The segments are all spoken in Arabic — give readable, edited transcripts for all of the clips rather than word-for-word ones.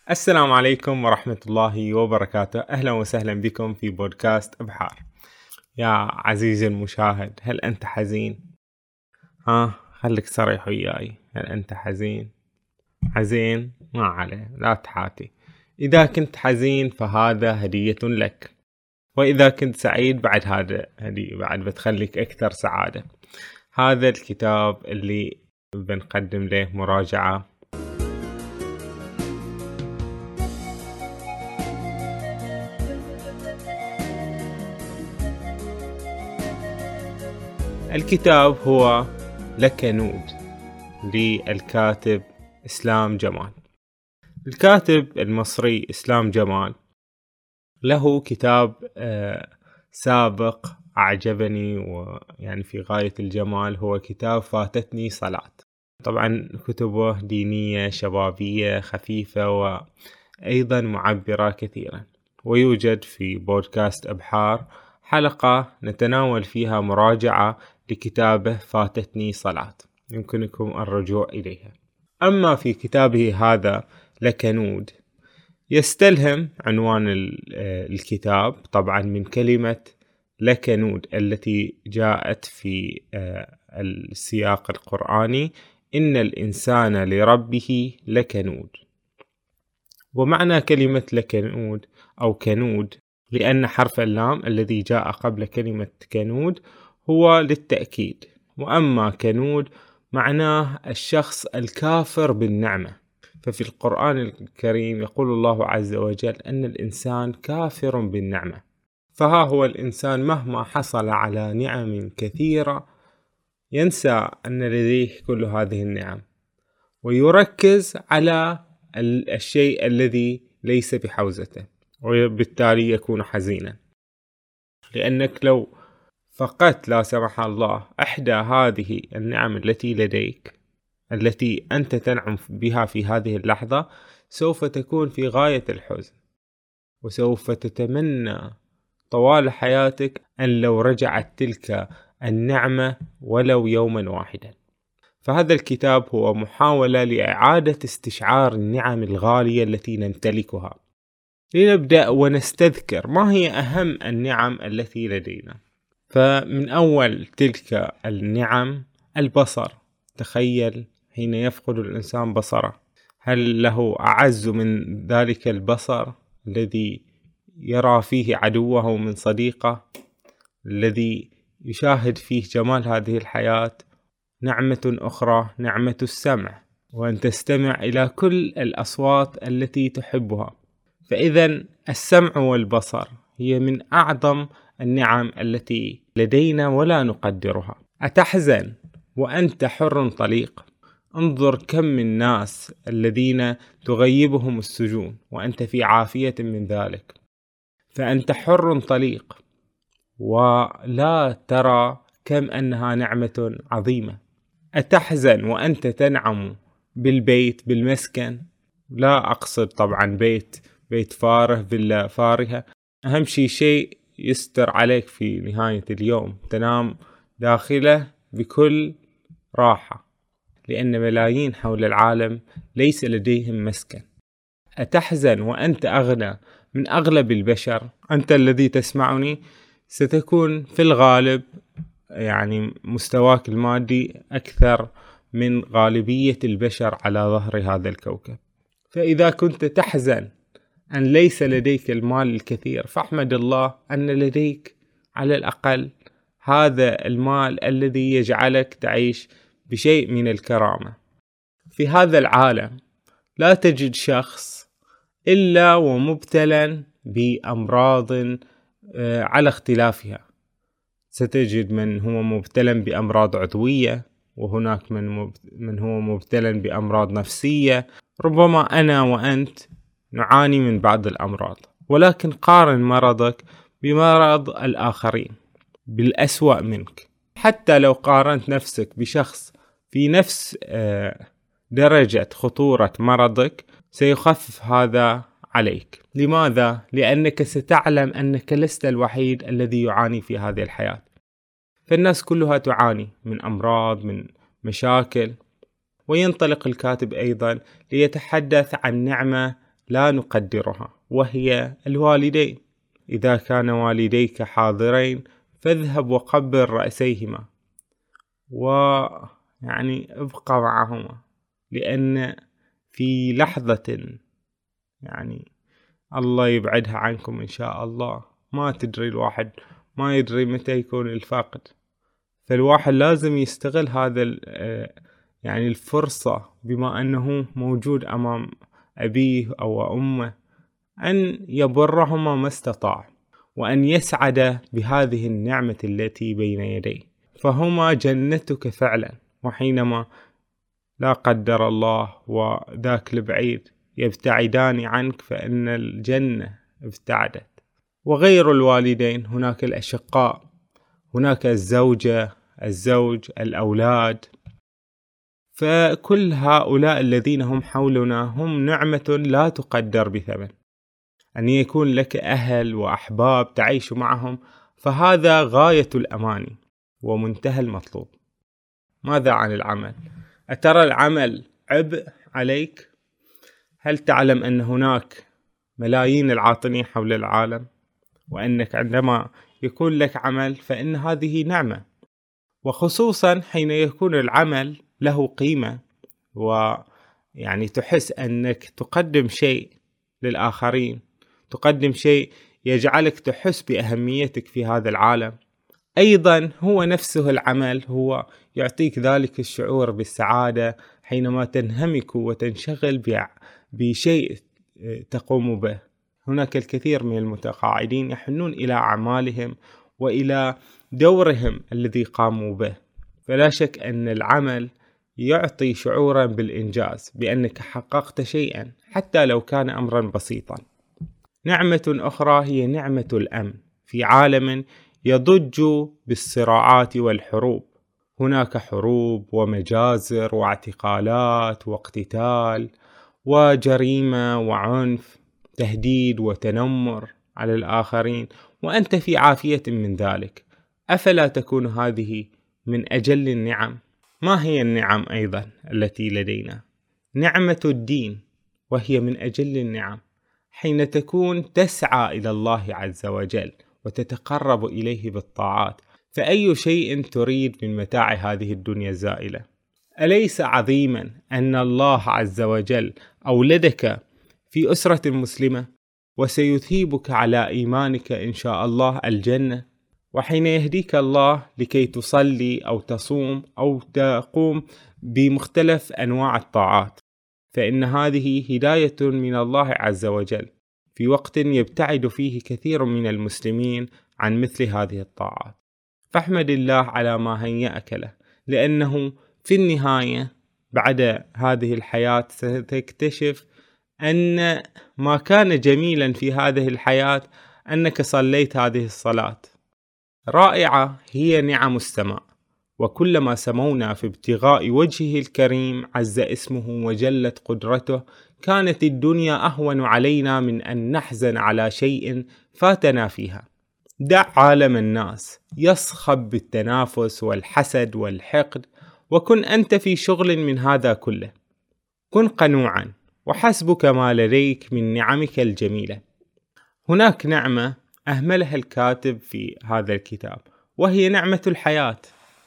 السلام عليكم ورحمة الله وبركاته. أهلا وسهلا بكم في بودكاست أبحار. يا عزيزي المشاهد، هل أنت حزين؟ خليك صريح وياي، هل أنت حزين؟ حزين؟ ما عليه، لا تحاتي. إذا كنت حزين فهذا هدية لك، وإذا كنت سعيد بعد هذا هدية، بعد بتخليك أكثر سعادة. هذا الكتاب اللي بنقدم له مراجعة. الكتاب هو لكنود للكاتب إسلام جمال. الكاتب المصري إسلام جمال له كتاب سابق أعجبني ويعني في غاية الجمال، هو كتاب فاتتني صلاة. طبعا كتبه دينية شبابية خفيفة وأيضا معبرة كثيرا، ويوجد في بودكاست أبحار حلقة نتناول فيها مراجعة لكتابه فاتتني صلاة، يمكنكم الرجوع إليها. أما في كتابه هذا لكنود، يستلهم عنوان الكتاب طبعا من كلمة لكنود التي جاءت في السياق القرآني: إن الإنسان لربه لكنود. ومعنى كلمة لكنود أو كنود لأن حرف اللام الذي جاء قبل كلمة كنود هو للتأكيد، وأما كنود معناه الشخص الكافر بالنعمة. ففي القرآن الكريم يقول الله عز وجل أن الإنسان كافر بالنعمة، فها هو الإنسان مهما حصل على نعم كثيرة ينسى أن لديه كل هذه النعم، ويركز على الشيء الذي ليس بحوزته، وبالتالي يكون حزينا. لأنك لو فقدت لا سمح الله إحدى هذه النعم التي لديك، التي أنت تنعم بها في هذه اللحظة، سوف تكون في غاية الحزن، وسوف تتمنى طوال حياتك أن لو رجعت تلك النعمة ولو يوما واحدا. فهذا الكتاب هو محاولة لإعادة استشعار النعم الغالية التي نمتلكها. لنبدأ ونستذكر ما هي أهم النعم التي لدينا. فمن أول تلك النعم البصر. تخيل حين يفقد الإنسان بصره، هل له أعز من ذلك البصر الذي يرى فيه عدوه من صديقه، الذي يشاهد فيه جمال هذه الحياة؟ نعمة أخرى نعمة السمع، وأن تستمع إلى كل الأصوات التي تحبها. فإذا السمع والبصر هي من أعظم النعم التي لدينا ولا نقدرها. أتحزن وأنت حر طليق؟ انظر كم من ناس الذين تغيبهم السجون وأنت في عافية من ذلك، فأنت حر طليق ولا ترى كم أنها نعمة عظيمة. أتحزن وأنت تنعم بالبيت بالمسكن؟ لا أقصد طبعا بيت فارغ فيلا فارهة، أهم شيء يستر عليك في نهاية اليوم، تنام داخله بكل راحة، لأن ملايين حول العالم ليس لديهم مسكن. أتحزن وأنت أغنى من أغلب البشر؟ أنت الذي تسمعني ستكون في الغالب يعني مستواك المادي أكثر من غالبية البشر على ظهر هذا الكوكب. فإذا كنت تحزن أن ليس لديك المال الكثير، فاحمد الله أن لديك على الأقل هذا المال الذي يجعلك تعيش بشيء من الكرامة. في هذا العالم لا تجد شخص إلا ومبتلا بأمراض على اختلافها. ستجد من هو مبتلا بأمراض عضوية، وهناك من هو مبتلا بأمراض نفسية. ربما أنا وأنت نعاني من بعض الأمراض، ولكن قارن مرضك بمرض الآخرين بالأسوأ منك. حتى لو قارنت نفسك بشخص في نفس درجة خطورة مرضك، سيخفف هذا عليك. لماذا؟ لأنك ستعلم أنك لست الوحيد الذي يعاني في هذه الحياة. فالناس كلها تعاني من أمراض، من مشاكل. وينطلق الكاتب أيضا ليتحدث عن نعمة لا نقدرها، وهي الوالدين. إذا كان والديك حاضرين فاذهب وقبل رأسيهما، ويعني ابقى معهما، لأن في لحظة يعني الله يبعدها عنكم إن شاء الله، ما تدري، الواحد ما يدري متى يكون الفاقد. فالواحد لازم يستغل هذا يعني الفرصة، بما أنه موجود أمام أبيه أو أمه، أن يبرهما ما استطاع، وأن يسعد بهذه النعمة التي بين يديه، فهما جنتك فعلا. وحينما لا قدر الله وذاك البعيد يبتعدان عنك فإن الجنة ابتعدت. وغير الوالدين هناك الأشقاء، هناك الزوجة، الزوج، الأولاد. فكل هؤلاء الذين هم حولنا هم نعمة لا تقدر بثمن. أن يكون لك أهل وأحباب تعيش معهم، فهذا غاية الأماني ومنتهى المطلوب. ماذا عن العمل؟ أترى العمل عبء عليك؟ هل تعلم أن هناك ملايين العاطلين حول العالم، وأنك عندما يكون لك عمل فإن هذه نعمة، وخصوصا حين يكون العمل له قيمة، ويعني تحس أنك تقدم شيء للآخرين، تقدم شيء يجعلك تحس بأهميتك في هذا العالم. أيضا هو نفسه العمل هو يعطيك ذلك الشعور بالسعادة حينما تنهمك وتنشغل بشيء تقوم به. هناك الكثير من المتقاعدين يحنون إلى أعمالهم وإلى دورهم الذي قاموا به، فلا شك أن العمل يعطي شعورا بالإنجاز، بأنك حققت شيئا حتى لو كان أمرا بسيطا. نعمة أخرى هي نعمة الأمن في عالم يضج بالصراعات والحروب. هناك حروب ومجازر واعتقالات واقتتال وجريمة وعنف، تهديد وتنمر على الآخرين، وأنت في عافية من ذلك. أفلا تكون هذه من أجل النعم؟ ما هي النعم أيضا التي لدينا؟ نعمة الدين، وهي من أجل النعم، حين تكون تسعى إلى الله عز وجل وتتقرب إليه بالطاعات، فأي شيء تريد من متاع هذه الدنيا الزائلة؟ أليس عظيما أن الله عز وجل أولدك في أسرة مسلمة، وسيثيبك على إيمانك إن شاء الله الجنة؟ وحين يهديك الله لكي تصلي أو تصوم أو تقوم بمختلف أنواع الطاعات، فإن هذه هداية من الله عز وجل في وقت يبتعد فيه كثير من المسلمين عن مثل هذه الطاعات. فاحمد الله على ما هيأك له، لأنه في النهاية بعد هذه الحياة ستكتشف أن ما كان جميلا في هذه الحياة أنك صليت هذه الصلاة. رائعة هي نعم السماء، وكلما سمونا في ابتغاء وجهه الكريم عز اسمه وجلت قدرته، كانت الدنيا أهون علينا من أن نحزن على شيء فاتنا فيها. دع عالم الناس يصخب بالتنافس والحسد والحقد، وكن أنت في شغل من هذا كله. كن قنوعا، وحسبك ما لديك من نعمك الجميلة. هناك نعمة أهملها الكاتب في هذا الكتاب، وهي نعمة الحياة.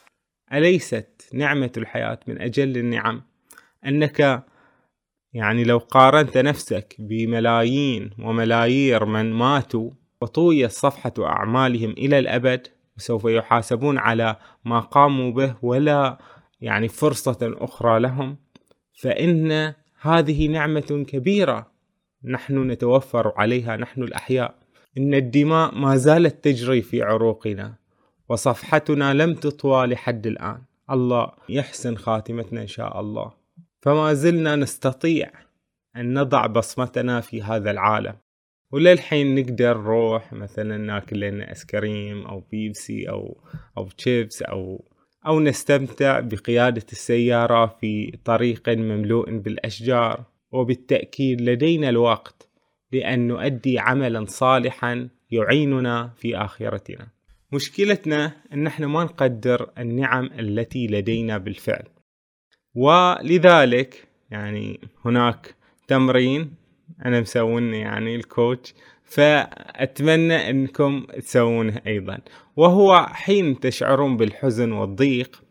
أليست نعمة الحياة من أجل النعم؟ أنك يعني لو قارنت نفسك بملايين وملايير من ماتوا وطويت صفحة أعمالهم إلى الأبد، وسوف يحاسبون على ما قاموا به ولا يعني فرصة أخرى لهم، فإن هذه نعمة كبيرة نحن نتوفر عليها نحن الأحياء. إن الدماء ما زالت تجري في عروقنا، وصفحتنا لم تطوى لحد الآن. الله يحسن خاتمتنا إن شاء الله، فما زلنا نستطيع أن نضع بصمتنا في هذا العالم. وللحين نقدر نروح مثلا ناكل لنا أسكريم أو بيبسي أو تشيبس أو نستمتع بقيادة السيارة في طريق مملوء بالأشجار. وبالتأكيد لدينا الوقت لأن نؤدي عملا صالحا يعيننا في آخرتنا. مشكلتنا أن احنا ما نقدر النعم التي لدينا بالفعل، ولذلك يعني هناك تمرين أنا مسوونه يعني الكوتش، فأتمنى أنكم تسوونه أيضا. وهو حين تشعرون بالحزن والضيق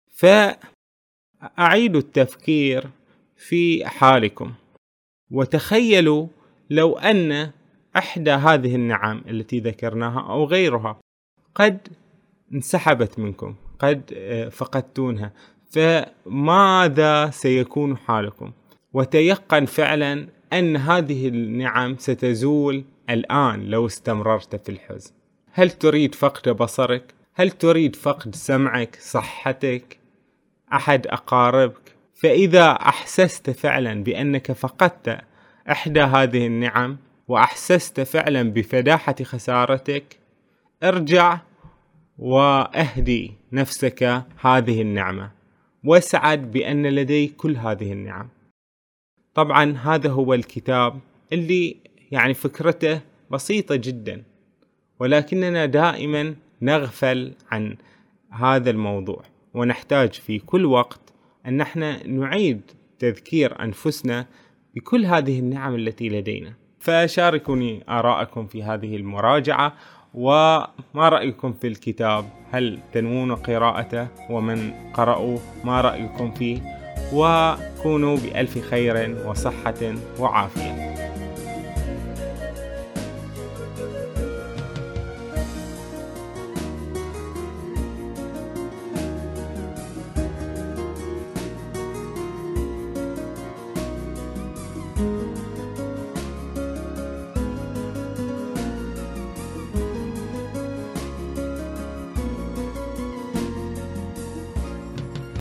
فأعيدوا التفكير في حالكم، وتخيلوا لو أن إحدى هذه النعم التي ذكرناها أو غيرها قد انسحبت منكم، قد فقدتونها، فماذا سيكون حالكم؟ وتيقن فعلا أن هذه النعم ستزول الآن لو استمررت في الحزن. هل تريد فقد بصرك؟ هل تريد فقد سمعك، صحتك، أحد أقاربك؟ فإذا أحسست فعلا بأنك فقدت إحدى هذه النعم وأحسست فعلا بفداحة خسارتك، ارجع واهدي نفسك هذه النعمة واسعد بأن لديك كل هذه النعم. طبعا هذا هو الكتاب اللي يعني فكرته بسيطة جدا، ولكننا دائما نغفل عن هذا الموضوع، ونحتاج في كل وقت أن نحن نعيد تذكير أنفسنا بكل هذه النعم التي لدينا. فشاركوني آراءكم في هذه المراجعة، وما رأيكم في الكتاب؟ هل تنوون قراءته؟ ومن قرأوا ما رأيكم فيه؟ وكونوا بألف خير وصحة وعافية.